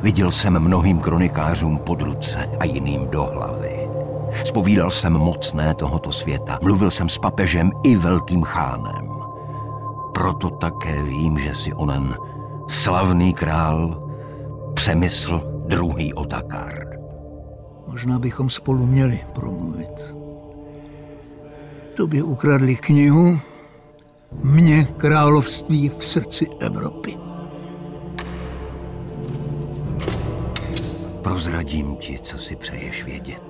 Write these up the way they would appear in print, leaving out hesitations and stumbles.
Viděl jsem mnohým kronikářům pod ruce a jiným do hlavy. Zpovídal jsem mocné tohoto světa. Mluvil jsem s papežem i velkým chánem. Proto také vím, že si onen slavný král Přemysl II. Otakar. Možná bychom spolu měli promluvit. Tobě ukradli knihu, mně království v srdci Evropy. Prozradím ti, co si přeješ vědět.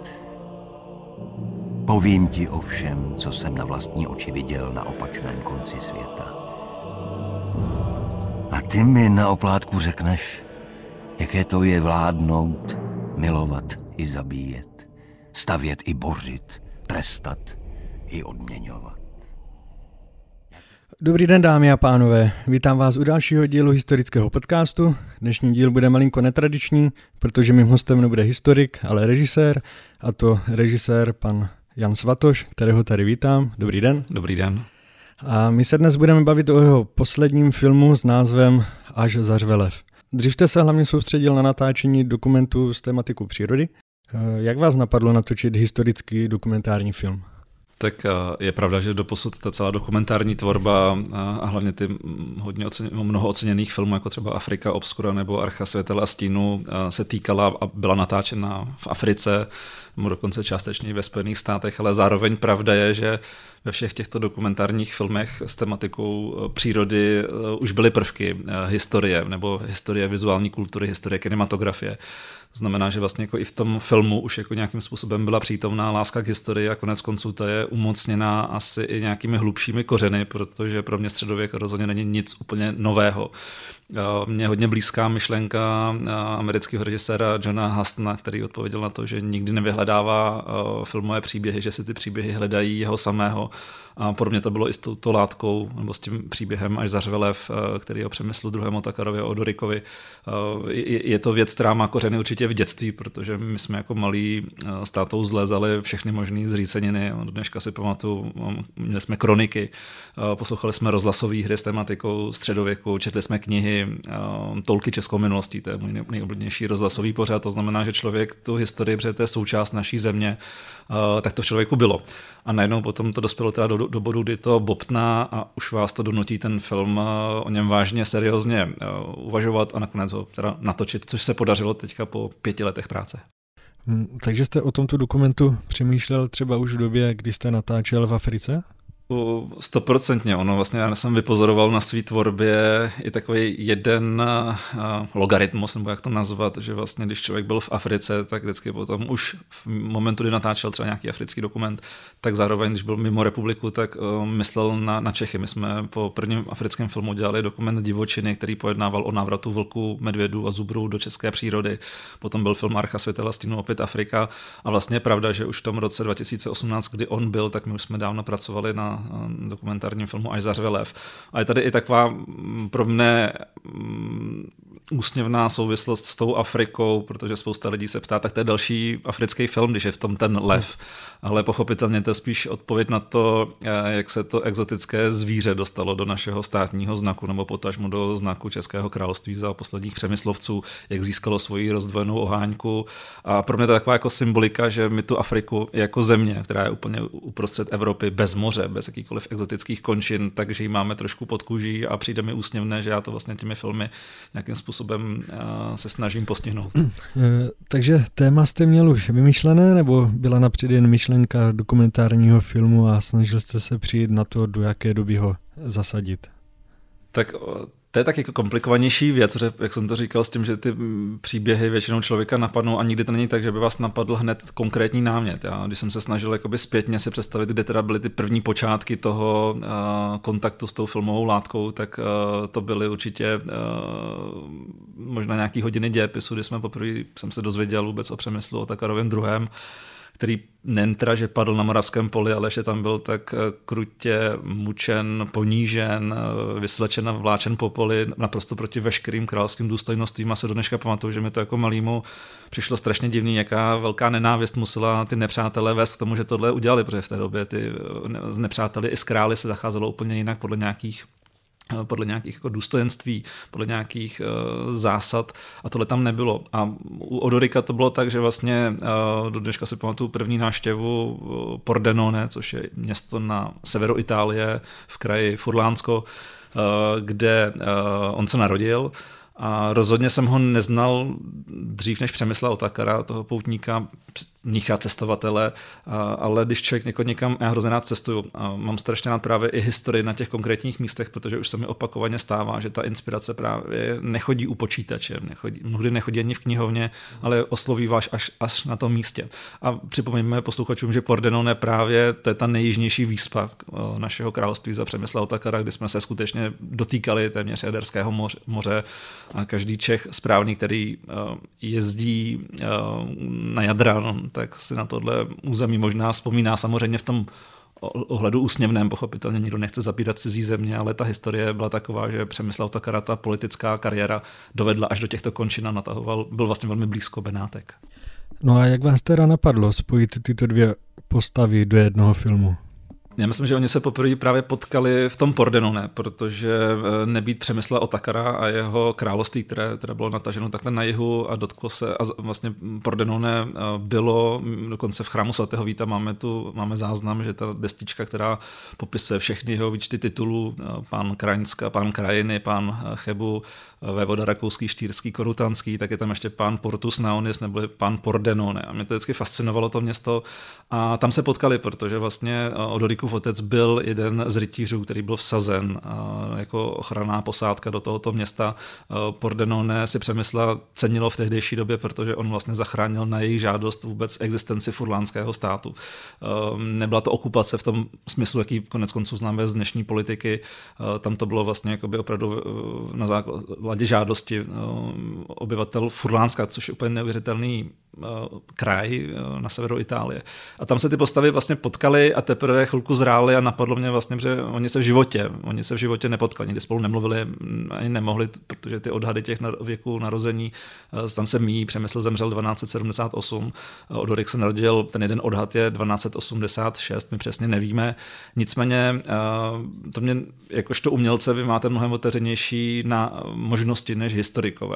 Povím ti o všem, co jsem na vlastní oči viděl na opačném konci světa. A ty mi na oplátku řekneš, jaké to je vládnout, milovat i zabíjet, stavět i bořit, trestat i odměňovat. Dobrý den, dámy a pánové. Vítám vás u dalšího dílu historického podcastu. Dnešní díl bude malinko netradiční, protože mým hostem nebude historik, ale režisér, a to režisér pan Jan Svatoš, kterého tady vítám. Dobrý den. Dobrý den. A my se dnes budeme bavit o jeho posledním filmu s názvem Až zařve lev. Dřív jste se hlavně soustředil na natáčení dokumentů s tematikou přírody. Jak vás napadlo natočit historický dokumentární film? Tak je pravda, že doposud ta celá dokumentární tvorba a hlavně ty mnoho oceněných filmů, jako třeba Afrika obscura nebo Archa světel a stínu, se týkala a byla natáčena v Africe, nebo dokonce částečně i ve Spojených státech, ale zároveň pravda je, že ve všech těchto dokumentárních filmech s tematikou přírody už byly prvky historie, nebo historie vizuální kultury, historie kinematografie. To znamená, že vlastně jako i v tom filmu už jako nějakým způsobem byla přítomná láska k historii a konec konců ta je umocněná asi i nějakými hlubšími kořeny, protože pro mě středověk rozhodně není nic úplně nového. Mně hodně blízká myšlenka amerického režiséra Johna Hustona, který odpověděl na to, že nikdy nevyhledává filmové příběhy, že si ty příběhy hledají jeho samého. A podobně to bylo i s touto látkou, nebo s tím příběhem Až zařve lev, který je o Přemyslu II. Otakarovi, o Odorikovi. Je to věc, která má kořeny určitě v dětství, protože my jsme jako malí s tátou zlezali všechny možné zříceniny. Do dneška si pamatuju, měli jsme kroniky, poslouchali jsme rozhlasové hry s tematikou středověku, četli jsme knihy, Tolky českou minulostí, to je můj nejoblíbenější rozhlasový pořad. To znamená, že člověk tu historii, protože to je součást naší země, tak to v člověku bylo. A najednou potom to dospělo teda do bodu, kdy to bobtná a už vás to donutí ten film o něm vážně, seriózně uvažovat a nakonec ho teda natočit, což se podařilo teďka po 5 letech práce. Takže jste o tomto dokumentu přemýšlel třeba už v době, kdy jste natáčel v Africe? 100%. Ono vlastně, já jsem vypozoroval na své tvorbě i takový jeden logaritmus, nebo jak to nazvat, že vlastně, když člověk byl v Africe, tak vždycky potom už v momentu, kdy natáčel třeba nějaký africký dokument, tak zároveň, když byl mimo republiku, tak myslel na Čechy. My jsme po prvním africkém filmu dělali dokument Divočiny, který pojednával o návratu vlků, medvědů a zubrů do české přírody. Potom byl film Archa světel a stínu, opět Afrika. A vlastně je pravda, že už v tom roce 2018, kdy on byl, tak my už jsme dávno pracovali na dokumentárním filmu Až zařve lev. A je tady i taková pro mne úsměvná souvislost s tou Afrikou, protože spousta lidí se ptá, tak to je další africký film, když je v tom ten lev. Ale pochopitelně to je spíš odpověď na to, jak se to exotické zvíře dostalo do našeho státního znaku, nebo potažmo do znaku Českého království za posledních Přemyslovců, jak získalo svoji rozdvojenou oháňku. A pro mě to je taková jako symbolika, že my tu Afriku jako země, která je úplně uprostřed Evropy, bez moře, bez jakýchkoliv exotických končin, takže ji máme trošku pod kůží a přijde mi úsměvné, že já to vlastně těmi filmy nějakým způsobem se snažím postihnout. Takže téma jste měl už vymyšlené, nebo byla napřed jen myšlenka dokumentárního filmu a snažil jste se přijít na to, do jaké doby ho zasadit? Tak to je tak jako komplikovanější věc, protože, jak jsem to říkal, s tím, že ty příběhy většinou člověka napadnou a nikdy to není tak, že by vás napadl hned konkrétní námět. Já, když jsem se snažil jakoby zpětně si představit, kde teda byly ty první počátky toho kontaktu s tou filmovou látkou, tak to byly určitě možná nějaký hodiny dějepisu, kdy jsem se dozvěděl vůbec o Přemyslu Otakarově II., který nejen teda, že padl na Moravském poli, ale že tam byl tak krutě mučen, ponížen, vysvlečen a vláčen po poli naprosto proti veškerým královským důstojnostvím a se do dneška pamatuju, že mi to jako malýmu přišlo strašně divný, jaká velká nenávist musela ty nepřátelé vést k tomu, že tohle udělali, protože v té době ty z nepřáteli i s králi se zacházelo úplně jinak podle nějakých podle nějakých jako důstojenství, podle nějakých zásad a tohle tam nebylo. A u Odorika to bylo tak, že vlastně do dneška si pamatuju první návštěvu Pordenone, což je město na severu Itálie v kraji Furlánsko, kde on se narodil. A rozhodně jsem ho neznal dřív než Přemysla Otakara, toho poutníka, mnicha, cestovatele, ale když člověk někam, já hrozně rád cestuju a mám strašně rád právě i historii na těch konkrétních místech, protože už se mi opakovaně stává, že ta inspirace právě nechodí u počítače, mnohdy nechodí ani v knihovně, ale osloví vás až na tom místě. A připomeňme posluchačům, že Pordenone právě to je ta nejjižnější výspa našeho království za Přemysla Otakara, kdy jsme se skutečně dotýkali téměř Jaderského moře a každý Čech správný, který jezdí na Jadran, tak si na tohle území možná vzpomíná samozřejmě v tom ohledu úsměvném, pochopitelně nikdo nechce zapírat cizí země, ale ta historie byla taková, že Přemysl Otakara, ta politická kariéra dovedla až do těchto končin a natahoval, byl vlastně velmi blízko Benátek. No a jak vás teda napadlo spojit tyto dvě postavy do jednoho filmu? Já myslím, že oni se poprvé právě potkali v tom Pordenone, protože nebýt Přemysla Otakara a jeho království, které bylo nataženo takhle na jihu a dotklo se, a vlastně Pordenone bylo, dokonce v chrámu svatého Víta máme záznam, že ta destička, která popisuje všechny jeho výčty titulů, pán Kraňska, pán Krajiny, pán Chebu, vévoda rakouský, štýrský, korutanský, tak je tam ještě pán Portus Naonis nebo pán Pordenone. A mě to vždycky fascinovalo to město a tam se potkali, protože vlastně Odorikův otec byl jeden z rytířů, který byl vsazen jako ochranná posádka do tohoto města. Pordenone si Přemysla cenilo v tehdejší době, protože on vlastně zachránil na jejich žádost vůbec existenci furlánského státu. Nebyla to okupace v tom smyslu, jaký konec konců známe z dnešní politiky. Tam to bylo vlastně jakoby opravdu na základě žádosti obyvatel Furlánska, což je úplně neuvěřitelný kraj na severu Itálie. A tam se ty postavy vlastně potkali a teprve chvilku zráli a napadlo mě vlastně, že oni se v životě nepotkali, nikdy spolu nemluvili, ani nemohli, protože ty odhady těch věků narození, tam se míjí, Přemysl zemřel 1278, Odorik se narodil, ten jeden odhad je 1286, my přesně nevíme. Nicméně to mě, jakožto umělce, vy máte mnohem otevřenější na možnosti než historikové.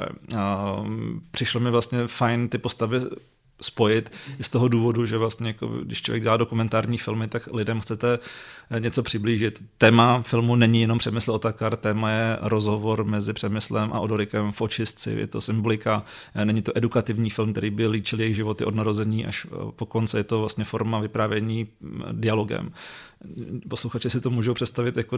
Přišlo mi vlastně fajn ty postavy spojit i z toho důvodu, že vlastně jako, když člověk dělá dokumentární filmy, tak lidem chcete něco přiblížit. Téma filmu není jenom Přemysl Otakar, téma je rozhovor mezi Přemyslem a Odorikem v očistci, je to symbolika, není to edukativní film, který by líčil jejich životy od narození až po konci, je to vlastně forma vyprávění dialogem. Posluchači si to můžou představit, jako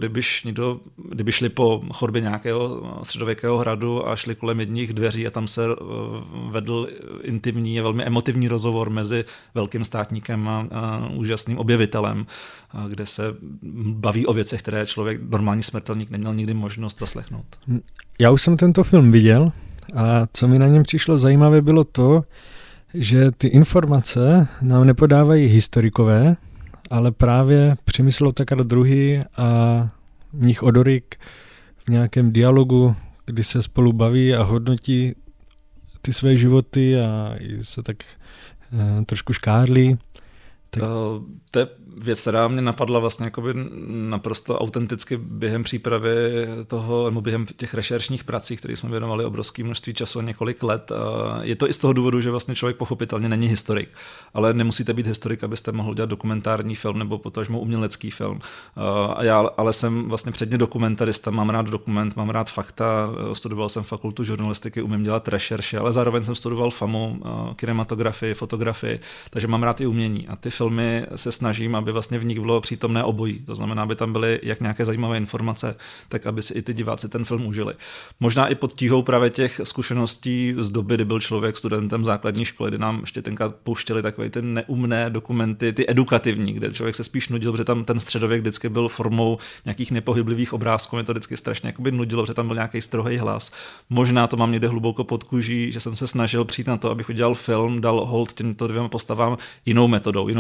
kdyby šli po chodbě nějakého středověkého hradu a šli kolem jedních dveří a tam se vedl intimní a velmi emotivní rozhovor mezi velkým státníkem a úžasným objevitelem, kde se baví o věcech, které člověk, normální smrtelník, neměl nikdy možnost zaslechnout. Já už jsem tento film viděl a co mi na něm přišlo zajímavé bylo to, že ty informace nám nepodávají historikové, ale právě Přemysl Otakar II. A mních Odorik v nějakém dialogu, kdy se spolu baví a hodnotí ty své životy a se tak trošku škádlí. Tak... To je věc, která mě napadla vlastně jakoby naprosto autenticky během přípravy toho, nebo během těch rešeršních prací, které jsme věnovali obrovské množství času, několik let. Je to i z toho důvodu, že vlastně člověk pochopitelně není historik, ale nemusíte být historik, abyste mohl dělat dokumentární film nebo potažmo umělecký film. Já ale jsem vlastně předně dokumentarista, mám rád dokument, mám rád fakta, studoval jsem fakultu žurnalistiky, umím dělat rešerše, ale zároveň jsem studoval FAMu, kinematografii, fotografii, takže mám rád i umění. A ty filmy se snažím, aby vlastně v nich bylo přítomné obojí. To znamená, aby tam byly jak nějaké zajímavé informace, tak aby si i ty diváci ten film užili. Možná i pod tíhou právě těch zkušeností z doby, kdy byl člověk studentem základní školy, kdy nám ještě tenkrát pouštěli takové ty neumné dokumenty, ty edukativní, kde člověk se spíš nudil, protože tam ten středověk vždycky byl formou nějakých nepohyblivých obrázků, mě to vždycky strašně jakoby nudilo, protože tam byl nějaký strohý hlas. Možná to mám někde hluboko pod kůží, že jsem se snažil přijít na to, abych udělal film, dal hold těmto dvěma postavám jinou metodou, jinou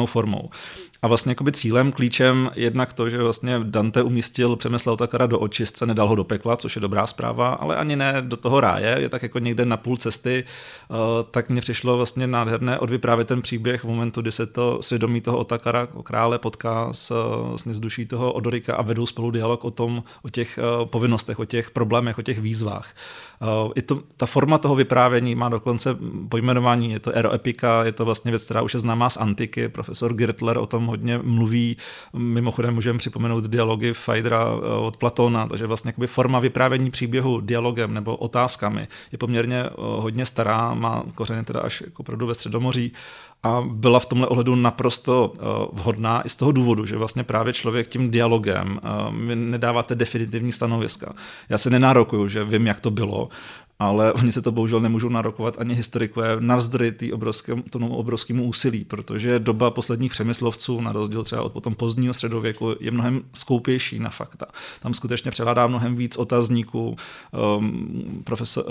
formou. A vlastně jakoby cílem, klíčem jednak to, že vlastně Dante umístil Přemysla Otakara do očistce, nedal ho do pekla, což je dobrá zpráva, ale ani ne do toho ráje, je tak jako někde na půl cesty, tak mně přišlo vlastně nádherné odvyprávět ten příběh v momentu, kdy se to svědomí toho Otakara, krále, potká s duší toho Odorika a vedou spolu dialog o těch povinnostech, o těch problémech, o těch výzvách. Ta forma toho vyprávění má dokonce pojmenování, je to eroepika, je to vlastně věc, která už je známá z antiky, profesor Girtler o tom hodně mluví, mimochodem můžeme připomenout dialogy Phaedra od Platona, takže vlastně jakoby forma vyprávění příběhu dialogem nebo otázkami je poměrně hodně stará, má kořeny teda až jako opravdu ve Středomoří a byla v tomhle ohledu naprosto vhodná i z toho důvodu, že vlastně právě člověk tím dialogem mi nedáváte definitivní stanoviska. Já se nenárokuju, že vím, jak to bylo, ale oni se to bohužel nemůžou nárokovat ani historikové navzdory tomu obrovskému úsilí, protože doba posledních přemyslovců, na rozdíl třeba od potom pozdního středověku, je mnohem skoupější na fakta. Tam skutečně převládá mnohem víc otazníků. Profesor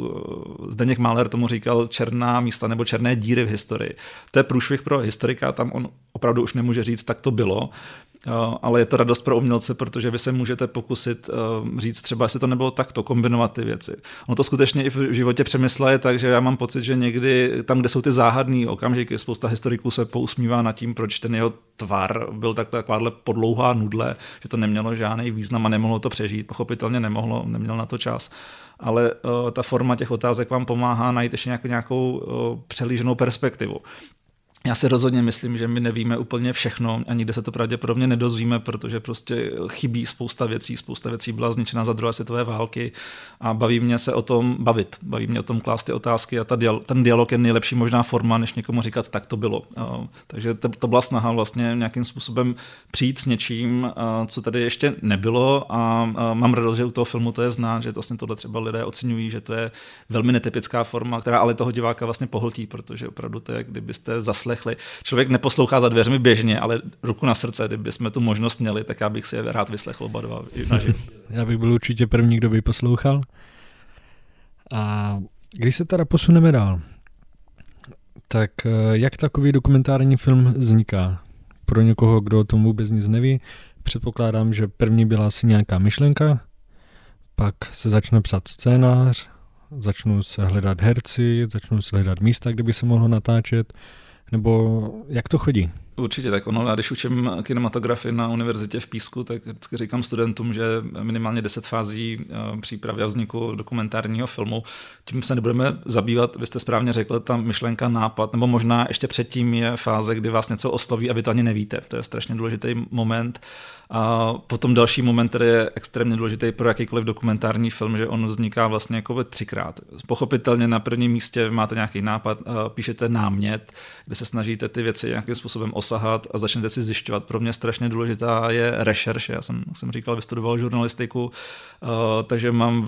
Zdeněk Máler tomu říkal černá místa nebo černé díry v historii. To je průšvih pro historika, tam on opravdu už nemůže říct, tak to bylo. Ale je to radost pro umělce, protože vy se můžete pokusit říct třeba, jestli to nebylo takto, kombinovat ty věci. Ono to skutečně i v životě Přemysla je tak, že já mám pocit, že někdy tam, kde jsou ty záhadné okamžiky, spousta historiků se pousmívá nad tím, proč ten jeho tvar byl takováhle podlouhá nudle, že to nemělo žádný význam a nemohlo to přežít. Pochopitelně neměl na to čas. Ale ta forma těch otázek vám pomáhá najít ještě nějakou přelíženou perspektivu. Já si rozhodně myslím, že my nevíme úplně všechno a nikde se to pravděpodobně nedozvíme, protože prostě chybí spousta věcí byla zničena za druhé světové války a baví mě se o tom bavit, baví mě o tom klást ty otázky a ten dialog je nejlepší možná forma, než někomu říkat, tak to bylo. Takže to byla snaha vlastně nějakým způsobem přijít s něčím, co tady ještě nebylo a mám radost, že u toho filmu to je znát, že vlastně tohle třeba lidé oceňují, že to je velmi netypická forma, která ale toho diváka vlastně pohltí, protože opravdu to je, kdybyste zaslechli. Člověk neposlouchá za dveřmi běžně, ale ruku na srdce, kdybychom tu možnost měli, tak já bych si je rád vyslechl oba dva naživo. Já bych byl určitě první, kdo by poslouchal. A když se teda posuneme dál, tak jak takový dokumentární film vzniká? Pro někoho, kdo o tom vůbec nic neví, předpokládám, že první byla asi nějaká myšlenka, pak se začne psat scénář, začnou se hledat herci, začnou se hledat místa, kde by se mohlo natáčet, nebo jak to chodí? Určitě tak. Já když učím kinematografii na univerzitě v Písku, tak vždycky říkám studentům, že minimálně 10 fází přípravy a vzniku dokumentárního filmu. Tím se nebudeme zabývat, vy jste správně řekl, ta myšlenka, nápad, nebo možná ještě předtím je fáze, kdy vás něco osloví a vy to ani nevíte. To je strašně důležitý moment. A potom další moment, který je extrémně důležitý pro jakýkoliv dokumentární film, že on vzniká vlastně jako 3krát. Pochopitelně na prvním místě máte nějaký nápad, píšete námět, kde se snažíte ty věci nějakým způsobem osahat a začnete si zjišťovat. Pro mě strašně důležitá je rešerše. Já jsem říkal, vystudoval žurnalistiku, takže mám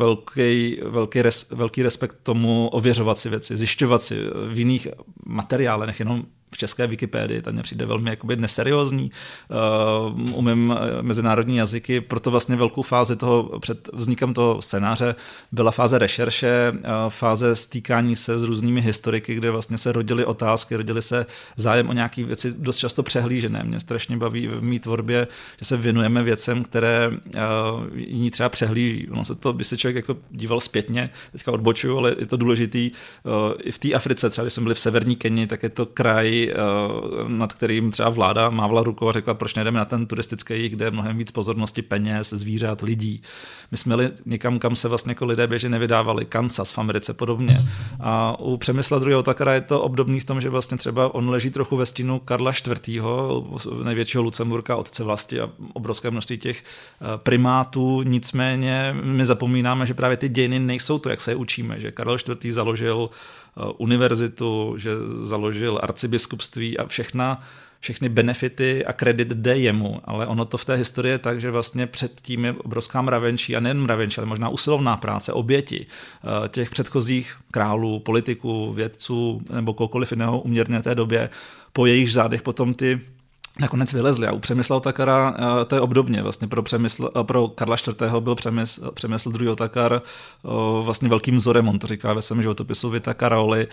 velký respekt tomu ověřovat si věci, zjišťovat si v jiných materiálech, nejenom v české Wikipedii, ta mě přijde velmi jakoby neseriózní, umím mezinárodní jazyky, proto vlastně velkou fázi toho, před vznikem toho scénáře byla fáze rešerše, fáze stýkání se s různými historiky, kde vlastně se rodily otázky, rodily se zájem o nějaké věci dost často přehlížené. Mě strašně baví v mý tvorbě, že se věnujeme věcem, které jiní třeba přehlíží. Ono se to, když se člověk jako díval zpětně, teďka odbočuju, ale je to důležitý. I v té Africe, třeba když jsme byli v severní Keni, tak je to kraj, nad kterým třeba vláda mávla rukou a řekla, proč nejdeme na ten turistický jih, kde je mnohem víc pozornosti, peněz, zvířat, lidí. My jsme jeli někam, kam se vlastně jako lidé běžně nevydávali, Kansas v Americe podobně. A u Přemysla II. Otakara je to obdobný v tom, že vlastně třeba on leží trochu ve stínu Karla IV., největšího Lucemburka, otce vlasti a obrovské množství těch primátů. Nicméně my zapomínáme, že právě ty dějiny nejsou to, jak se je učíme, že Karel IV. Založil univerzitu, že založil arcibiskupství a všechny benefity a kredit jde jemu, ale ono to v té historii je tak, že vlastně předtím je obrovská mravenčí a nejen mravenčí, ale možná usilovná práce, oběti těch předchozích králů, politiků, vědců nebo kohokoliv jiného uměrně té době, po jejich zádech potom ty nakonec vylezli. A u Přemysla Otakara to je obdobně. Vlastně pro Karla IV. Byl Přemysl II. Otakar vlastně velkým vzorem, on to říká ve svém životopisu Vita Karoli.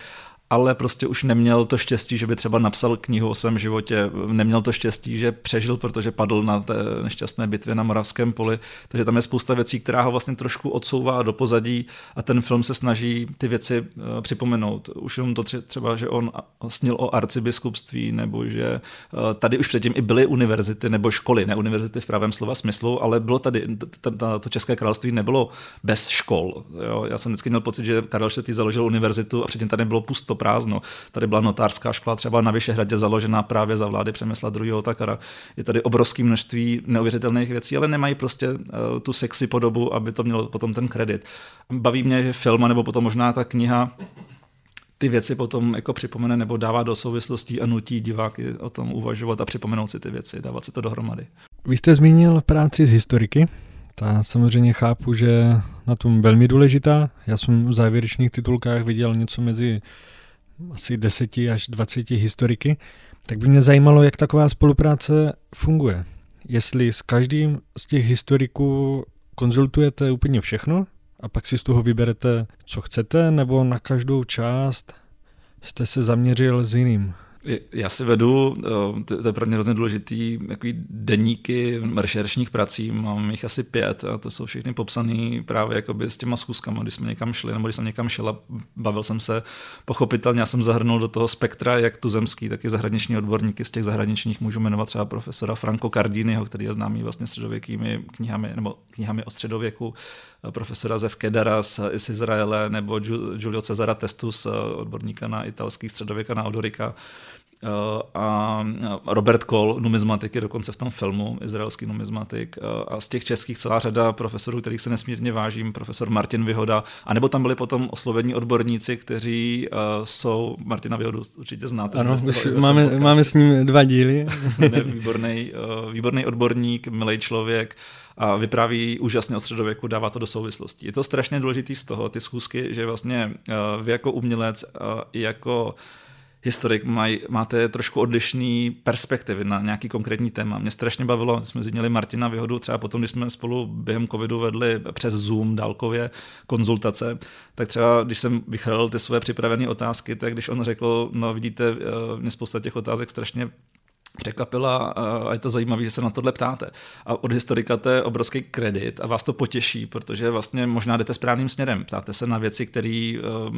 ale prostě už neměl to štěstí, že by třeba napsal knihu o svém životě, neměl to štěstí, že přežil, protože padl na té nešťastné bitvě na Moravském poli, takže tam je spousta věcí, která ho vlastně trošku odsouvá do pozadí a ten film se snaží ty věci připomenout. Už jenom to třeba, že on snil o arcibiskupství, nebo že tady už předtím i byly univerzity nebo školy, ne univerzity v pravém slova smyslu, ale bylo tady, to České království nebylo bez škol. Jo? Já jsem vždycky měl pocit, že Karel IV. Založil univerzitu a předtím tady bylo pusto, prázdno. Tady byla notářská škola třeba na Vyšehradě založená právě za vlády Přemysla II. Otakara. Je tady obrovské množství neuvěřitelných věcí, ale nemají prostě tu sexy podobu, aby to mělo potom ten kredit. Baví mě, že film, nebo potom možná ta kniha ty věci potom jako připomene nebo dává do souvislostí a nutí diváky o tom uvažovat a připomenout si ty věci, dávat si to dohromady. Vy jste zmínil práci s historiky. Ta samozřejmě chápu, že na tom velmi důležitá. Já jsem v závěrečných titulkách viděl něco mezi asi 10 až 20 historiky. Tak by mě zajímalo, jak taková spolupráce funguje. Jestli s každým z těch historiků konzultujete úplně všechno a pak si z toho vyberete, co chcete, nebo na každou část jste se zaměřil s jiným? Já si vedu, to je pro mě hrozně důležitý, takový deníky rešeršních prací, mám jich asi 5 a to jsou všechny popsaný právě jakoby s těma schůzkama, když jsme někam šli, nebo když jsem někam šel a bavil jsem se, pochopitelně, já jsem zahrnul do toho spektra jak tuzemský, tak i zahraniční odborníky. Z těch zahraničních můžu jmenovat třeba profesora Franco Cardiniho, který je známý vlastně středověkými knihami, nebo knihami o středověku, profesora Zev Kedara z Izraele, nebo Giulio Cesara Testus, odborníka na italský středověka, na Odorika, a Robert Kohl, numizmatik, je dokonce v tom filmu, izraelský numizmatik, a z těch českých celá řada profesorů, kterých se nesmírně vážím, profesor Martin Vyhoda, anebo tam byli potom oslovení odborníci, kteří jsou, Martina Vyhodu určitě znáte. Ano, máme s ním 2 díly. Výborný odborník, milý člověk, a vypráví úžasně o středověku, dává to do souvislostí. Je to strašně důležitý z toho, ty schůzky, že vlastně vy jako umělec i jako historik máte trošku odlišný perspektivy na nějaký konkrétní téma. Mě strašně bavilo, jsme zmínili Martina Vyhodu, třeba potom, když jsme spolu během covidu vedli přes Zoom dálkově konzultace, tak třeba, když jsem vychrlil ty své připravené otázky, tak když on řekl, no vidíte, mě spousta těch otázek strašně překvapila a je to zajímavé, že se na tohle ptáte. A od historika to je obrovský kredit a vás to potěší, protože vlastně možná jdete správným směrem. Ptáte se na věci, které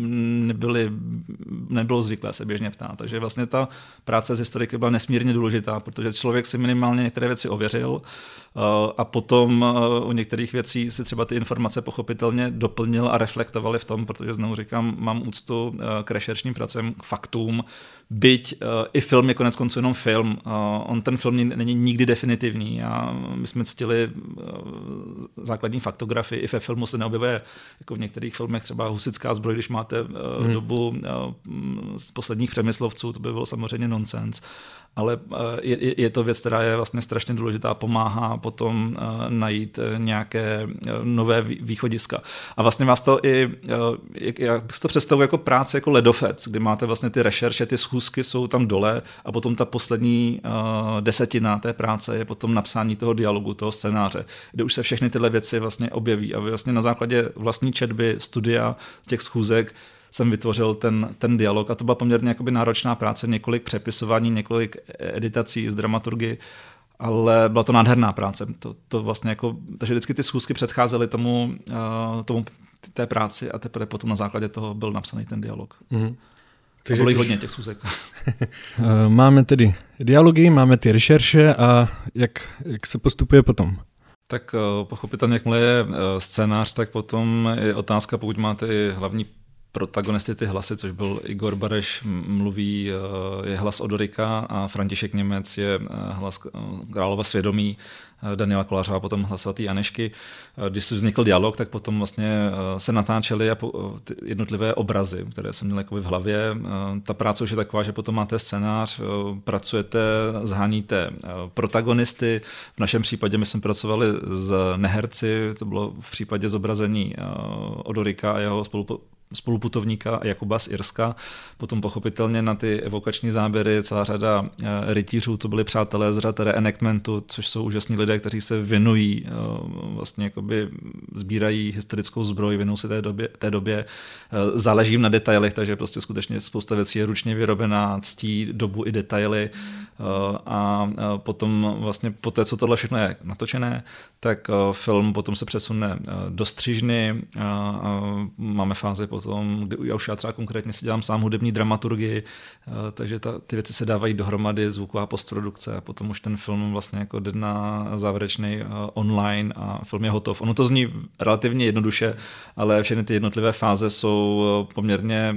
nebylo zvyklé se běžně ptát. Takže vlastně ta práce s historiky byla nesmírně důležitá, protože člověk si minimálně některé věci ověřil a potom u některých věcí si třeba ty informace pochopitelně doplnil a reflektovali v tom, protože znovu říkám, mám úctu k rešeršním pracem, k faktům, byť i film je konec konců jenom film. On ten film není nikdy definitivní a my jsme ctili základní faktografii. I ve filmu se neobjevuje, jako v některých filmech třeba Husitská zbroj, když máte dobu z posledních Přemyslovců, to by bylo samozřejmě nonsens. Ale je to věc, která je vlastně strašně důležitá, pomáhá potom najít nějaké nové východiska. A vlastně vás to i, jak bych to představuji jako práce, jako ledovec, kdy máte vlastně ty rešerše, ty schůzky jsou tam dole a potom ta poslední desetina té práce je potom napsání toho dialogu, toho scénáře, kde už se všechny tyhle věci vlastně objeví. A vlastně na základě vlastní četby, studia, těch schůzek jsem vytvořil ten dialog a to byla poměrně jakoby náročná práce, několik přepisování, několik editací z dramaturgy, ale byla to nádherná práce. To vlastně jako, takže vždycky ty schůzky předcházely tomu té práci a teprve potom na základě toho byl napsaný ten dialog. Mm-hmm. Takže bylo hodně těch schůzek. Máme tedy dialogy, máme ty rešerše a jak se postupuje potom? Tak pochopitelně, jakmile je scénář, tak potom je otázka, pokud máte i hlavní protagonisty, ty hlasy, což byl Igor Bareš, mluví, je hlas Odorika a František Němec je hlas Králova svědomí, Daniela Kolářová potom hlas svatý Anešky. Když se vznikl dialog, tak potom vlastně se natáčely jednotlivé obrazy, které jsem měl jakoby v hlavě. Ta práce už je taková, že potom máte scénář, pracujete, zháníte protagonisty. V našem případě my jsme pracovali s neherci, to bylo v případě zobrazení Odorika a jeho spoluputovníka Jakuba z Irska. Potom pochopitelně na ty evokační záběry celá řada rytířů, to byli přátelé z řad reenactmentu, což jsou úžasní lidé, kteří se věnují, vlastně jakoby sbírají historickou zbroj, věnují se té době, záleží jim na detailech, takže prostě skutečně spousta věcí je ručně vyrobená, ctí dobu i detaily a potom vlastně po té, co tohle všechno je natočené, tak film potom se přesune do střižny, máme fázi potom, kdy já už třeba konkrétně si dělám sám hudební dramaturgii, takže ty věci se dávají dohromady, zvuková postprodukce a potom už ten film vlastně jako jde na závěrečný online a film je hotov. Ono to zní relativně jednoduše, ale všechny ty jednotlivé fáze jsou poměrně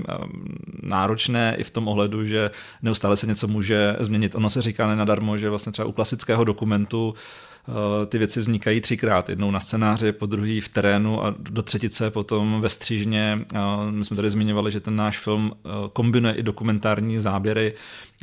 náročné i v tom ohledu, že neustále se něco může změnit. Ono se říká nenadarmo, že vlastně třeba u klasického dokumentu ty věci vznikají 3krát. Jednou na scénáři, po druhý v terénu a do třetice potom ve střižně. My jsme tady zmiňovali, že ten náš film kombinuje i dokumentární záběry.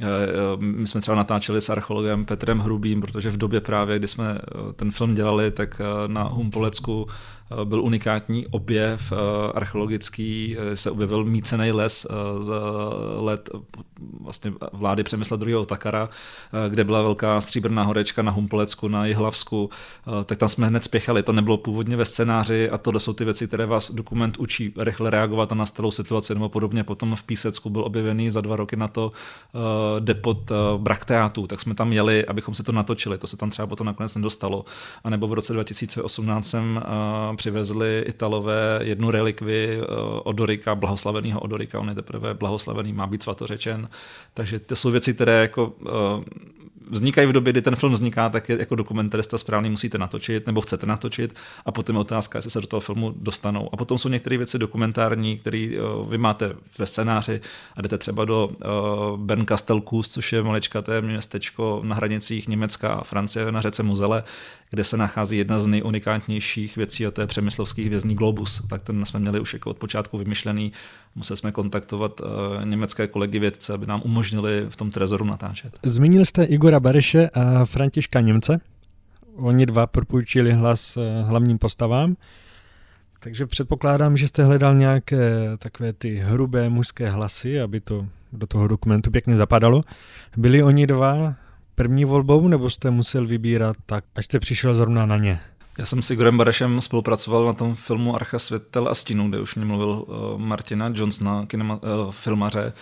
My jsme třeba natáčeli s archeologem Petrem Hrubým, protože v době právě, kdy jsme ten film dělali, tak na Humpolecku byl unikátní objev archeologický, se objevil mícený les z let vlastně vlády Přemysla II. Otakara, kde byla velká stříbrná horečka na Humpolecku, na Jihlavsku, tak tam jsme hned spěchali, to nebylo původně ve scénáři a tohle jsou ty věci, které vás dokument učí rychle reagovat na nastalou situaci nebo podobně. Potom v Písecku byl objevený za 2 roky na to depot brakteátů, tak jsme tam jeli, abychom si to natočili, to se tam třeba potom nakonec nedostalo. A nebo v roce 2018 jsem přivezli Italové jednu relikvi Odorika, blahoslaveného Odorika, on je teprve blahoslavený, má být svatořečen. Takže to jsou věci, které jako vznikají v době, kdy ten film vzniká, tak je jako dokumentarista správný musíte natočit nebo chcete natočit a potom je otázka, jestli se do toho filmu dostanou. A potom jsou některé věci dokumentární, které vy máte ve scénáři a jdete třeba do Bernkastel-Kues, což je maličkaté městečko na hranicích Německa a Francie na řece Mosele, kde se nachází jedna z nejunikátnějších věcí, a to je přemyslovský hvězdný globus. Tak ten jsme měli už jako od počátku vymyšlený. Museli jsme kontaktovat německé kolegy vědce, aby nám umožnili v tom trezoru natáčet. Zmínil jste Igora Bareše a Františka Němce. Oni dva propůjčili hlas hlavním postavám. Takže předpokládám, že jste hledal nějaké takové ty hrubé mužské hlasy, aby to do toho dokumentu pěkně zapadalo. Byli oni dva první volbou, nebo jste musel vybírat tak, až jste přišel zrovna na ně? Já jsem s Igorem Barešem spolupracoval na tom filmu Archa světel a stínu, kde už mě mluvil Martina Johnsona, filmaře.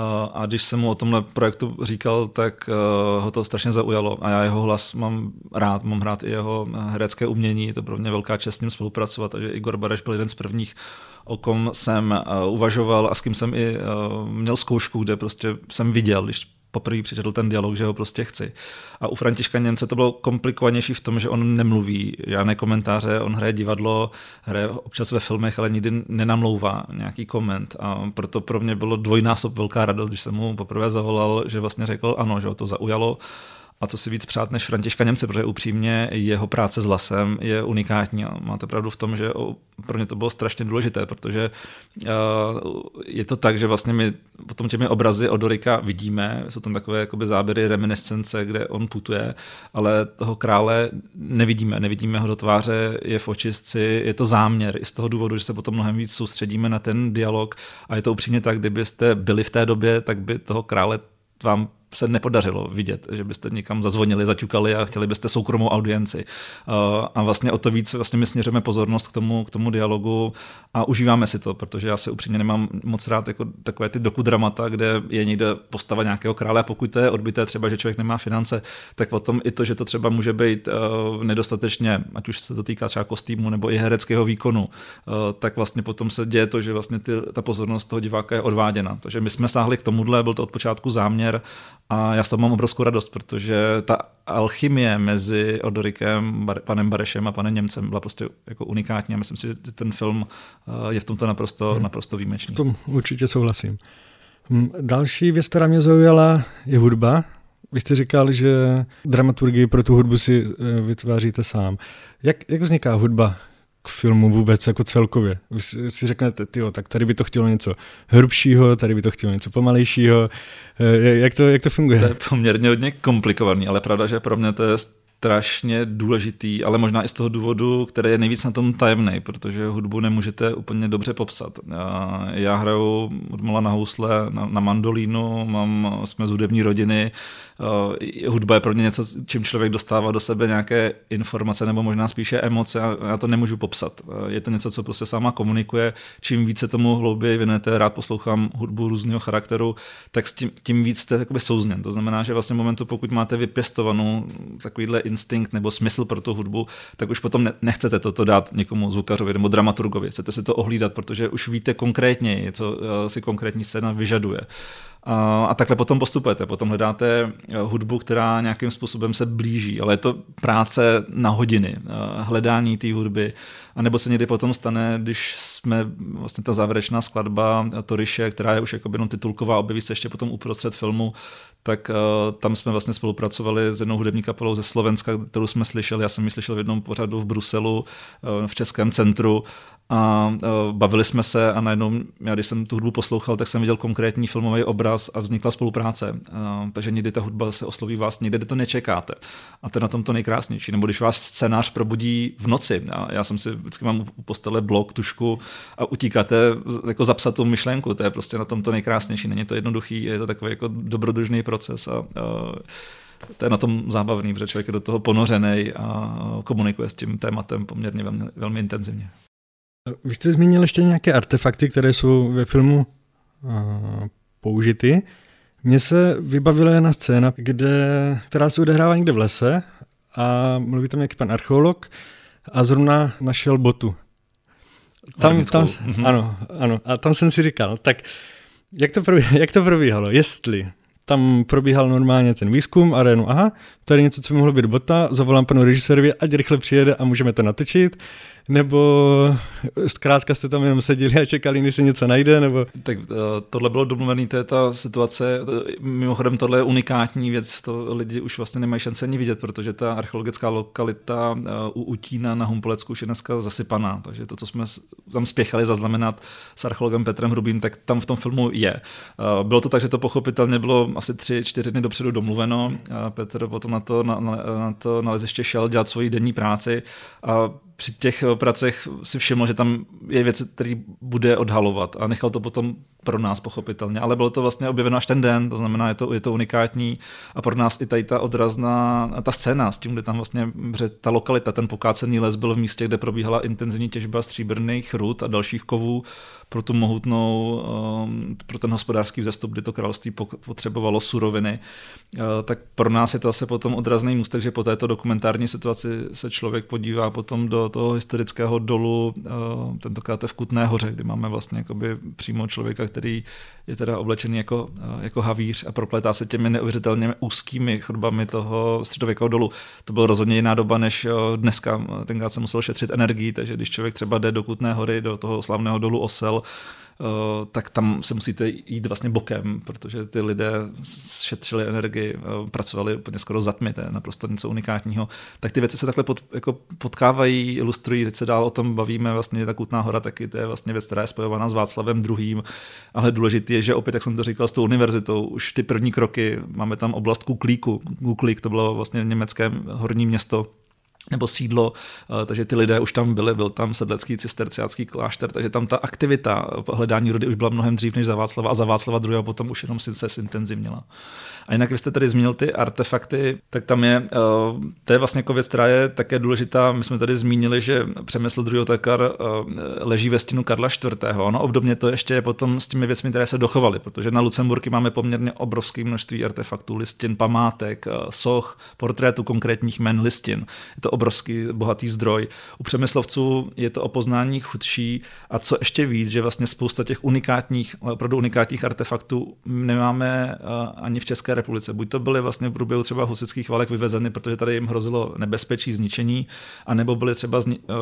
A když jsem mu o tomhle projektu říkal, tak ho to strašně zaujalo. A já jeho hlas mám rád i jeho herecké umění. Je to pro mě velká čest s ním spolupracovat. Takže Igor Bareš byl jeden z prvních, o kom jsem uvažoval a s kým jsem i měl zkoušku, kde prostě jsem viděl, když poprvé přečetl ten dialog, že ho prostě chci. A u Františka Němce to bylo komplikovanější v tom, že on nemluví žádné komentáře, on hraje divadlo, hraje občas ve filmech, ale nikdy nenamlouvá nějaký koment. A proto pro mě bylo dvojnásob velká radost, když jsem mu poprvé zavolal, že vlastně řekl ano, že ho to zaujalo. A co si víc přát než Františka Němce, protože upřímně jeho práce s hlasem je unikátní. A máte pravdu v tom, že pro mě to bylo strašně důležité, protože je to tak, že vlastně my potom těmi obrazy Odorika vidíme, jsou tam takové jakoby záběry, reminiscence, kde on putuje, ale toho krále nevidíme ho do tváře, je v očistci, je to záměr i z toho důvodu, že se potom mnohem víc soustředíme na ten dialog a je to upřímně tak, kdybyste byli v té době, tak by toho krále vám se nepodařilo vidět, že byste někam zazvonili, zaťukali a chtěli byste soukromou audienci. A vlastně o to víc vlastně my směřujeme pozornost k tomu dialogu a užíváme si to, protože já se upřímně nemám moc rád jako takové ty dokudramata, kde je někde postava nějakého krále a pokud to je odbité třeba, že člověk nemá finance, tak potom i to, že to třeba může být nedostatečně, ať už se to týká třeba kostýmu nebo i hereckého výkonu, tak vlastně potom se děje to, že vlastně ta pozornost toho diváka je odváděna. Takže my jsme sáhli k tomuhle, byl to od počátku záměr. A já z toho mám obrovskou radost, protože ta alchymie mezi Odorikem, panem Barešem a panem Němcem byla prostě jako unikátní a myslím si, že ten film je v tomto naprosto výjimečný. V tom určitě souhlasím. Další věc, která mě zaujala, je hudba. Vy jste říkal, že dramaturgii pro tu hudbu si vytváříte sám. Jak vzniká hudba k filmu vůbec jako celkově? Vy si řeknete, tak tady by to chtělo něco hrubšího, tady by to chtělo něco pomalejšího. Jak to funguje? To je poměrně hodně komplikovaný, ale pravda, že pro mě to je strašně důležitý, ale možná i z toho důvodu, který je nejvíc na tom tajemnej, protože hudbu nemůžete úplně dobře popsat. Já hraju od mala na housle, na mandolínu, jsme z hudební rodiny, hudba je pro mě něco, čím člověk dostává do sebe nějaké informace nebo možná spíše emoce a já to nemůžu popsat. Je to něco, co prostě sama komunikuje, čím více tomu hlouběji věnujete, rád poslouchám hudbu různého charakteru, tak tím víc jste jakoby souzněn. To znamená, že vlastně v momentu, pokud máte vypěstovanou takovýhle instinkt nebo smysl pro tu hudbu, tak už potom nechcete toto dát někomu zvukařovi nebo dramaturgovi. Chcete si to ohlídat, protože už víte konkrétně, co si konkrétní scéna vyžaduje. A takhle potom postupujete, potom hledáte hudbu, která nějakým způsobem se blíží, ale je to práce na hodiny, hledání té hudby, anebo se někdy potom stane, když jsme vlastně ta závěrečná skladba Toryše, která je už jako jenom titulková, objeví se ještě potom uprostřed filmu, tak tam jsme vlastně spolupracovali s jednou hudební kapelou ze Slovenska, kterou jsme slyšeli, já jsem ji slyšel v jednom pořadu v Bruselu, v Českém centru, a bavili jsme se a najednou, já když jsem tu hudbu poslouchal, tak jsem viděl konkrétní filmový obraz a vznikla spolupráce. Takže někdy ta hudba se osloví vás, někde to nečekáte. A to je na tom to nejkrásnější. Nebo když vás scénář probudí v noci. Já jsem si vždycky mám u postele blok, tušku a utíkáte jako zapsat tu myšlenku. To je prostě na tom to nejkrásnější. Není to jednoduchý, je to takový jako dobrodružný proces a to je na tom zábavný, protože člověk je do toho ponořený a komunikuje s tím tématem poměrně velmi, velmi intenzivně. Vy jste zmínil ještě nějaké artefakty, které jsou ve filmu použity. Mně se vybavila jedna scéna, která se odehrává někde v lese a mluví tam nějaký pan archeolog a zrovna našel botu. Ano. A tam jsem si říkal, tak jak to probíhalo? Jestli tam probíhal normálně ten výzkum a řeknu, aha, tady něco, co mohlo být bota, zavolám panu režisérovi, ať rychle přijede a můžeme to natočit, nebo zkrátka jste tam jenom seděli a čekali, než se něco najde, nebo... Tak tohle bylo domluvený, to je ta situace, mimochodem tohle je unikátní věc, to lidi už vlastně nemají šance ani vidět, protože ta archeologická lokalita u Utína na Humpolecku už je dneska zasypaná, takže to, co jsme tam spěchali zaznamenat s archeologem Petrem Hrubým, tak tam v tom filmu je. Bylo to tak, že to pochopitelně bylo asi 3-4 dny dopředu domluveno, Petr potom na to naleziště šel dělat svoji denní práci a při těch pracech si všiml, že tam je věc, který bude odhalovat a nechal to potom pro nás pochopitelně, ale bylo to vlastně objeveno až ten den, to znamená, je to unikátní a pro nás i tady ta odrazná, ta scéna s tím, kde tam vlastně ta lokalita, ten pokácený les byl v místě, kde probíhala intenzivní těžba stříbrných rud a dalších kovů pro tu mohutnou, pro ten hospodářský vzestup, kdy to království potřebovalo suroviny, tak pro nás je to asi potom odrazný můstek, že po této dokumentární situaci se člověk podívá potom do toho historického dolu, tentokrát v Kutné Hoře, kdy máme vlastně jakoby přímo člověka, který je teda oblečený jako havíř a proplétá se těmi neuvěřitelně úzkými chodbami toho středověkého dolu. To byla rozhodně jiná doba než dneska. Tenkrát se musel šetřit energii, takže když člověk třeba jde do Kutné Hory, do toho slavného dolu Osel, tak tam se musíte jít vlastně bokem, protože ty lidé šetřili energii, pracovali úplně skoro za tmy, to je naprosto něco unikátního. Tak ty věci se takhle potkávají, ilustrují, teď se dál o tom bavíme, vlastně ta Kutná Hora taky, to je vlastně věc, která je spojovaná s Václavem II. Ale důležité je, že opět, jak jsem to říkal, s tou univerzitou, už ty první kroky, máme tam oblast Kuklíku. Kuklík, to bylo vlastně německé horní město, nebo sídlo, takže ty lidé už tam byli, byl tam sedlecký cisterciácký klášter, takže tam ta aktivita hledání rudy už byla mnohem dřív než za Václava a za Václava II. A potom už jenom se zintenzivnila. A jinak vy jste tady zmínil ty artefakty, tak tam je, to je vlastně jako věc, která je také důležitá. My jsme tady zmínili, že Přemysl II. Otakar leží ve stínu Karla IV. No, obdobně to ještě je potom s těmi věcmi, které se dochovaly, protože na Lucemburky máme poměrně obrovské množství artefaktů, listin, památek, soch, portrétů konkrétních jmen, listin. Je to obrovský bohatý zdroj. U Přemyslovců je to o poznání chudší a co ještě víc, že vlastně spousta těch opravdu unikátních artefaktů nemáme ani v České republice. Buď to byly vlastně v průběhu třeba husitských válek vyvezeny, protože tady jim hrozilo nebezpečí, zničení, anebo byly třeba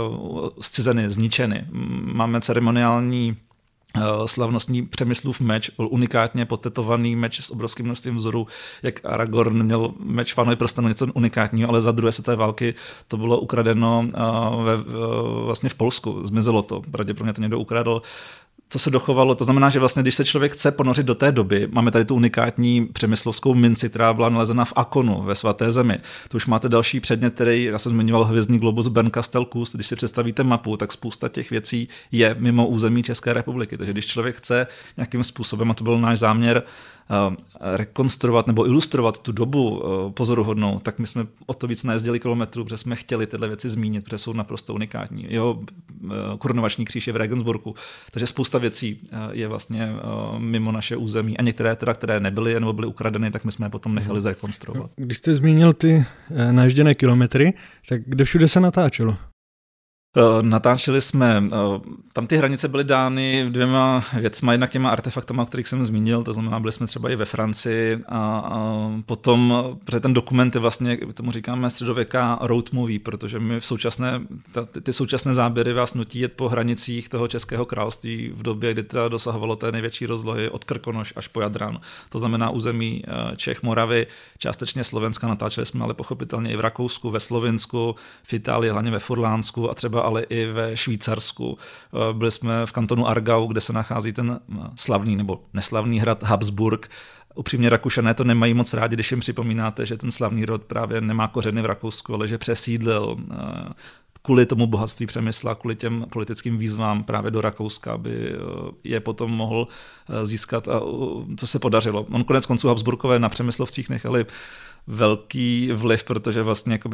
zcizeny, zničeny. Máme ceremoniální slavnostní Přemyslův meč, byl unikátně potetovaný meč s obrovským množstvím vzorů, jak Aragorn měl meč Pánovi prstenů, něco unikátního, ale za druhé světové války to bylo ukradeno vlastně v Polsku, zmizelo to, pravděpodobně to někdo ukradl. co se dochovalo. To znamená, že vlastně, když se člověk chce ponořit do té doby, máme tady tu unikátní přemyslovskou minci, která byla nalezena v Akonu, ve Svaté zemi. To už máte další předmět, který, já jsem zmiňoval hvězdný globus Bern-Castel-Cust. Když si představíte mapu, tak spousta těch věcí je mimo území České republiky. Takže když člověk chce nějakým způsobem, a to byl náš záměr, rekonstruovat nebo ilustrovat tu dobu pozoruhodnou, tak my jsme o to víc najezdili kilometrů, protože jsme chtěli tyhle věci zmínit, protože jsou naprosto unikátní. Jeho korunovační kříž je v Regensburgu, takže spousta věcí je vlastně mimo naše území a některé teda, které nebyly nebo byly ukradeny, tak my jsme je potom nechali zrekonstruovat. Když jste zmínil ty naježděné kilometry, tak kde všude se natáčelo? Natáčeli jsme, tam ty hranice byly dány 2 věcma, jednak těma artefaktama, o kterých jsem zmínil, to znamená, byli jsme třeba i ve Francii a potom, protože ten dokument je vlastně, tomu říkáme středověká road movie, protože my ty současné záběry vás nutí jet po hranicích toho Českého království v době, kdy teda dosahovalo té největší rozlohy od Krkonoš až po Jadran. To znamená území Čech, Moravy, částečně Slovenska, natáčeli jsme ale pochopitelně i v Rakousku, ve Slovinsku, v Itálii, hlavně ve Furlánsku a třeba ale i ve Švýcarsku. Byli jsme v kantonu Aargau, kde se nachází ten slavný nebo neslavný hrad Habsburg. Upřímně Rakušané to nemají moc rádi, když jim připomínáte, že ten slavný rod právě nemá kořeny v Rakousku, ale že přesídlil kvůli tomu bohatství Přemysla, kvůli těm politickým výzvám právě do Rakouska, aby je potom mohl získat, a co se podařilo. On konec konců Habsburkové na Přemyslovcích nechali velký vliv, protože vlastně jakoby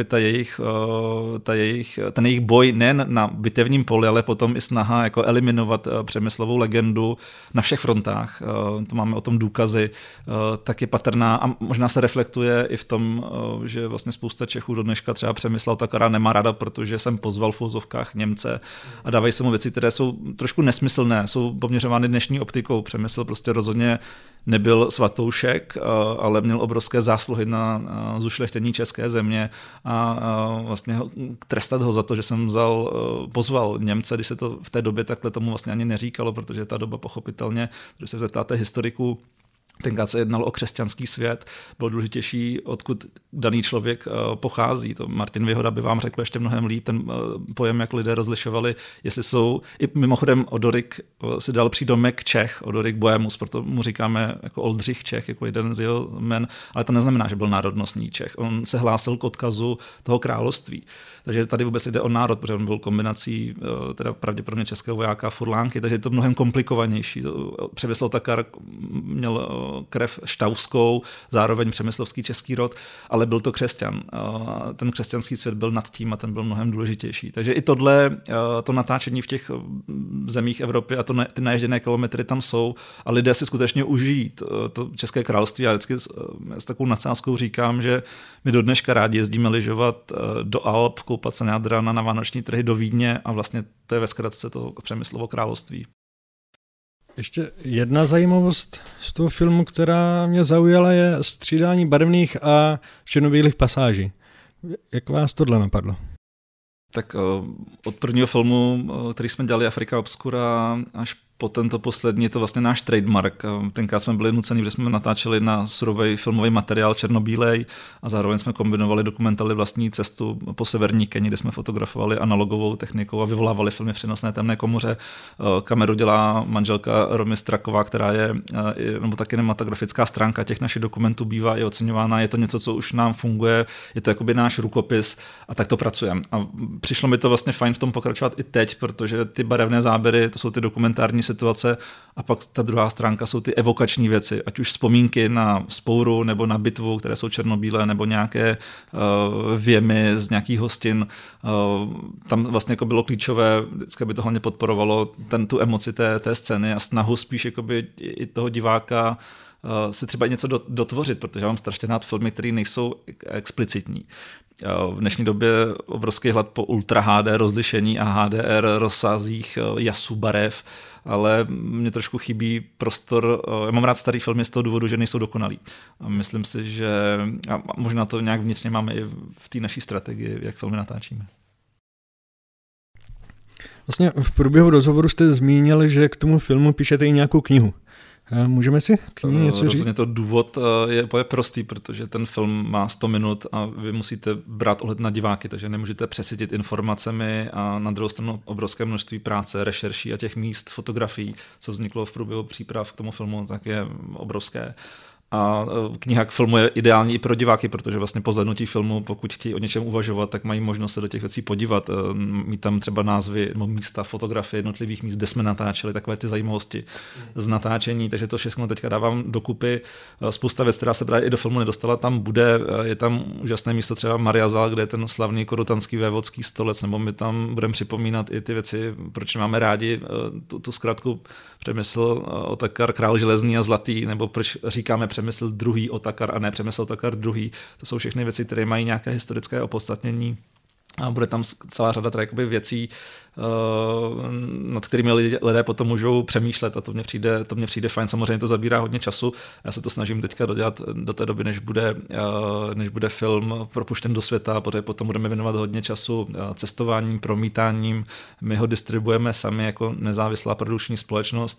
ten jejich boj nejen na bitevním poli, ale potom i snaha jako eliminovat Přemyslovou legendu na všech frontách, to máme o tom důkazy, tak je patrná a možná se reflektuje i v tom, že vlastně spousta Čechů do dneška třeba Přemysla Otakara nemá rada, protože jsem pozval v uvozovkách Němce a dávají se mu věci, které jsou trošku nesmyslné, jsou poměřovány dnešní optikou. Přemysl prostě rozhodně nebyl svatoušek, ale měl obrovské zásluhy na zušlechtění české země a vlastně trestat ho za to, že jsem pozval Němce, když se to v té době takhle tomu vlastně ani neříkalo, protože ta doba pochopitelně, když se zeptáte historiků, tenkrát se jednalo o křesťanský svět, bylo důležitější, odkud daný člověk pochází. To Martin Vyhoda by vám řekl ještě mnohem líp, ten pojem, jak lidé rozlišovali, jestli jsou, i mimochodem Odorik si dal přídomek Čech, Odorik Bohemus, proto mu říkáme jako Oldřich Čech, jako jeden z jeho jmen, ale to neznamená, že byl národnostní Čech. On se hlásil k odkazu toho království. Takže tady vůbec jde o národ, protože on byl kombinací teda pravděpodobně českého vojáka a Furlánky, takže je to mnohem komplikovanější. Přemysl Otakar měl krev štauvskou, zároveň přemyslovský český rod, ale byl to křesťan. Ten křesťanský svět byl nad tím a ten byl mnohem důležitější. Takže i tohle, to natáčení v těch zemích Evropy a ty naježděné kilometry tam jsou a lidé si skutečně užijí to České království. Já vždycky s takovou nadsázkou říkám, že my do dneška rádi jezdíme lyžovat do Alp, koupat se na Jadrana, na vánoční trhy do Vídně a vlastně to je ve zkratce to Přemyslovo království. Ještě jedna zajímavost z toho filmu, která mě zaujala, je střídání barevných a černobílých pasáží. Jak vás tohle napadlo? Tak od prvního filmu, který jsme dělali, Afrika Obscura, až po tento poslední, to vlastně náš trademark. Tenkrát jsme byli nuceni, že jsme natáčeli na surový filmový materiál černobílej a zároveň jsme kombinovali dokumentali vlastní cestu po severní Keni, kde jsme fotografovali analogovou technikou a vyvolávali filmy v přenosné temné komoře. Kameru dělá manželka Romy Straková, která je, nebo ta kinematografická stránka těch našich dokumentů bývá i oceňována. Je to něco, co už nám funguje, je to jakoby náš rukopis a tak to pracujeme. A přišlo mi to vlastně fajn v tom pokračovat i teď, protože ty barevné záběry, to jsou ty dokumentární situace a pak ta druhá stránka jsou ty evokační věci, ať už vzpomínky na vzpouru nebo na bitvu, které jsou černobílé, nebo nějaké věmy z nějakých hostin. Tam vlastně jako bylo klíčové, vždycky by to hlavně podporovalo tu emoci té scény a snahu spíš jakoby i toho diváka si třeba něco dotvořit, protože já mám strašně rád filmy, které nejsou explicitní. V dnešní době obrovský hlad po ultra HD rozlišení a HDR rozsázích jasů, barev, ale mně trošku chybí prostor. Já mám rád starý filmy z toho důvodu, že nejsou dokonalý. A myslím si, že a možná to nějak vnitřně máme i v té naší strategii, jak filmy natáčíme. Vlastně v průběhu rozhovoru jste zmínil, že k tomu filmu píšete i nějakou knihu. Můžeme si k ní něco říct? Rozhodně to důvod je úplně prostý, protože ten film má 100 minut a vy musíte brát ohled na diváky, takže nemůžete přesytit informacemi a na druhou stranu obrovské množství práce, rešerší a těch míst, fotografií, co vzniklo v průběhu příprav k tomu filmu, tak je obrovské. A kniha k filmu je ideální i pro diváky, protože vlastně po zhlédnutí filmu, pokud chtějí o něčem uvažovat, tak mají možnost se do těch věcí podívat. Mít tam třeba názvy nebo místa, fotografie jednotlivých míst, kde jsme natáčeli, takové ty zajímavosti z natáčení, takže to všechno teďka dávám dokupy. Spousta věc, která se právě i do filmu nedostala, tam bude. Je tam úžasné místo třeba Mariazal, kde je ten slavný korutanský vévodský stolec, nebo my tam budeme připomínat i ty věci, proč máme rádi tu zkratku Přemysl Otakar, král železný a zlatý, nebo proč říkáme Přemysl druhý Otakar a ne Přemysl Otakar druhý. To jsou všechny věci, které mají nějaké historické opodstatnění. A bude tam celá řada věcí, nad kterými lidé potom můžou přemýšlet a to mně přijde fajn. Samozřejmě to zabírá hodně času. Já se to snažím teďka dodělat do té doby, než bude film propuštěn do světa, protože potom budeme věnovat hodně času cestováním, promítáním. My ho distribuujeme sami jako nezávislá produkční společnost.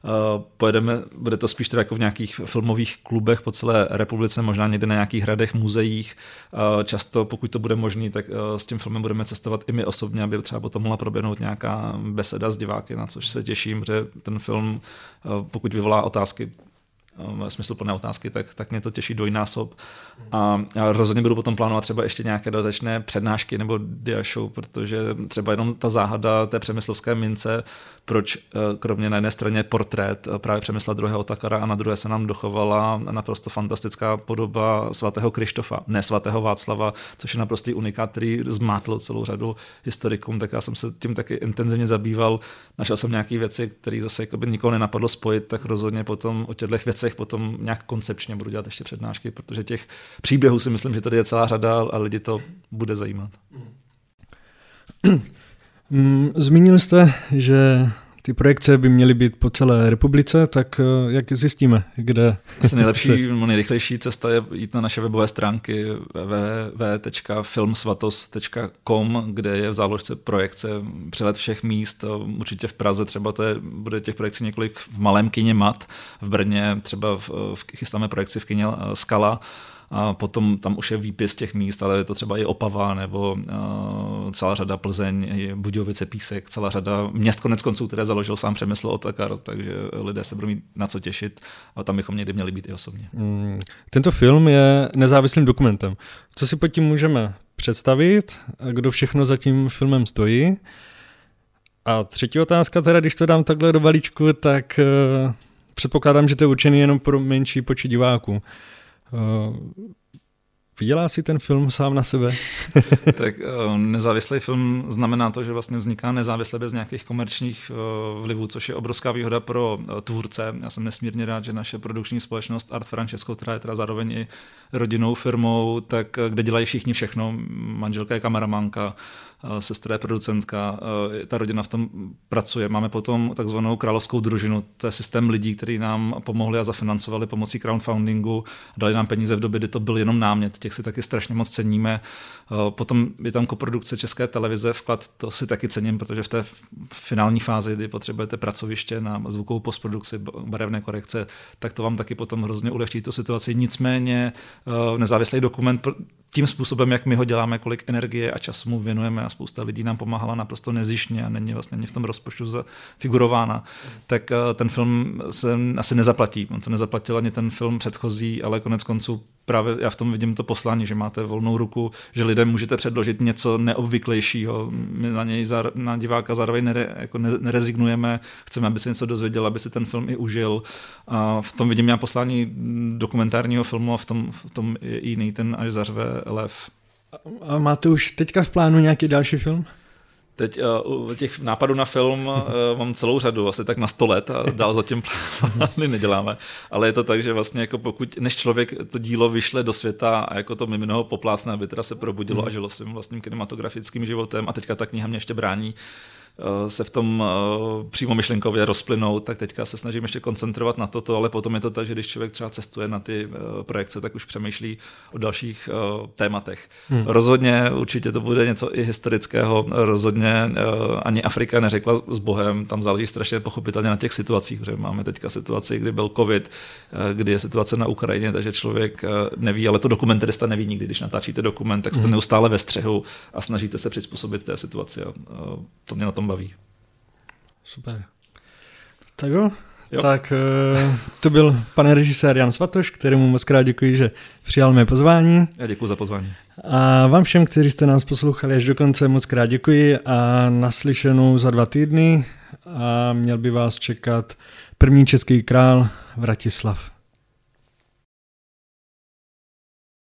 Bude to spíš teda jako v nějakých filmových klubech po celé republice, možná někde na nějakých hradech, muzeích. Často, pokud to bude možné, tak s tím filmem budeme cestovat i my osobně, aby třeba potom mohla proběhnout nějaká beseda s diváky, na což se těším, protože ten film, pokud vyvolá otázky, smysluplné otázky, tak mě to těší dvojnásob. A rozhodně budu potom plánovat třeba ještě nějaké dodatečné přednášky nebo dia show, protože třeba jenom ta záhada té přemyslovské mince, proč kromě na jedné straně portrét právě Přemysla II. Otakara a na druhé se nám dochovala naprosto fantastická podoba svatého Krištofa, ne svatého Václava, což je naprostý unikát, který zmátl celou řadu historikům, tak já jsem se tím taky intenzivně zabýval. Našel jsem nějaké věci, které zase nikoho nenapadlo spojit, tak rozhodně potom o těchto věcech potom nějak koncepčně budu dělat ještě přednášky, protože těch příběhů si myslím, že tady je celá řada a lidi to bude zajímat. Zmínil jste, že ty projekce by měly být po celé republice, tak jak zjistíme, kde? Asi nejrychlejší cesta je jít na naše webové stránky www.filmsvatos.com, kde je v záložce projekce přehled všech míst. Určitě v Praze třeba bude těch projekcí několik v malém kině Mat, v Brně třeba chystáme projekci v kině Skala, a potom tam už je výpis těch míst, ale je to třeba i Opava nebo celá řada Plzeň, Budějovice, Písek, celá řada měst koneckonců, které založil sám Přemysl Otakar, takže lidé se budou mít na co těšit a tam bychom někdy měli být i osobně. Tento film je nezávislým dokumentem. Co si pod tím můžeme představit a kdo všechno za tím filmem stojí? A třetí otázka, teda, když to dám takhle do balíčku, tak předpokládám, že to je určený jenom pro menší počet diváků. Vydělá si ten film sám na sebe? Tak nezávislý film znamená to, že vlastně vzniká nezávisle bez nějakých komerčních vlivů, což je obrovská výhoda pro tvůrce. Já jsem nesmírně rád, že naše produkční společnost Art Francesco, která je teda zároveň i rodinnou firmou, tak kde dělají všichni všechno. Manželka je kameramanka, sestra je producentka, ta rodina v tom pracuje. Máme potom takzvanou královskou družinu, to je systém lidí, kteří nám pomohli a zafinancovali pomocí crowdfundingu, dali nám peníze v době, kdy to byl jenom námět, těch si taky strašně moc ceníme. Potom je tam koprodukce České televize, vklad, to si taky cením, protože v té finální fázi, kdy potřebujete pracoviště na zvukovou postprodukci, barevné korekce, tak to vám taky potom hrozně ulehčí tu situaci. Nicméně nezávislý dokument tím způsobem, jak my ho děláme, kolik energie a času mu věnujeme a spousta lidí nám pomáhala naprosto nezištně a není vlastně v tom rozpočtu figurována, tak ten film se asi nezaplatí. On se nezaplatil ani ten film předchozí, ale konec konců právě já v tom vidím to poslání, že máte volnou ruku, že lidem můžete předložit něco neobvyklejšího. My na něj, na diváka zároveň nerezignujeme, chceme, aby se něco dozvěděl, aby si ten film i užil. A v tom vidím já poslání dokumentárního filmu a v tom je jiný ten Až zařve lev. A máte už teďka v plánu nějaký další film? Teď u těch nápadů na film mám celou řadu, asi tak na 100 let a dál zatím plány neděláme. Ale je to tak, že vlastně jako pokud, než člověk to dílo vyšle do světa a jako to mimo ho poplácne, aby teda se probudilo a žilo svým vlastním kinematografickým životem a teďka ta kniha mě ještě brání se v tom přímo myšlenkově rozplynout, tak teďka se snažím ještě koncentrovat na toto, ale potom je to tak, že když člověk třeba cestuje na ty projekce, tak už přemýšlí o dalších tématech. Rozhodně určitě to bude něco i historického, rozhodně ani Afrika neřekla s Bohem, tam záleží strašně pochopitelně na těch situacích, protože máme teďka situaci, kdy byl covid, kdy je situace na Ukrajině, takže člověk neví, ale to dokumentarista neví nikdy, když natáčíte dokument, tak jste neustále ve střehu a snažíte se přizpůsobit té situaci. To mě na tom baví. Super. Tak jo. Tak to byl pan režisér Jan Svatoš, kterému moc krát děkuji, že přijal mé pozvání. Já děkuji za pozvání. A vám všem, kteří jste nás poslouchali až do konce, moc krát děkuji a naslyšenou za 2 týdny a měl by vás čekat první český král Vratislav.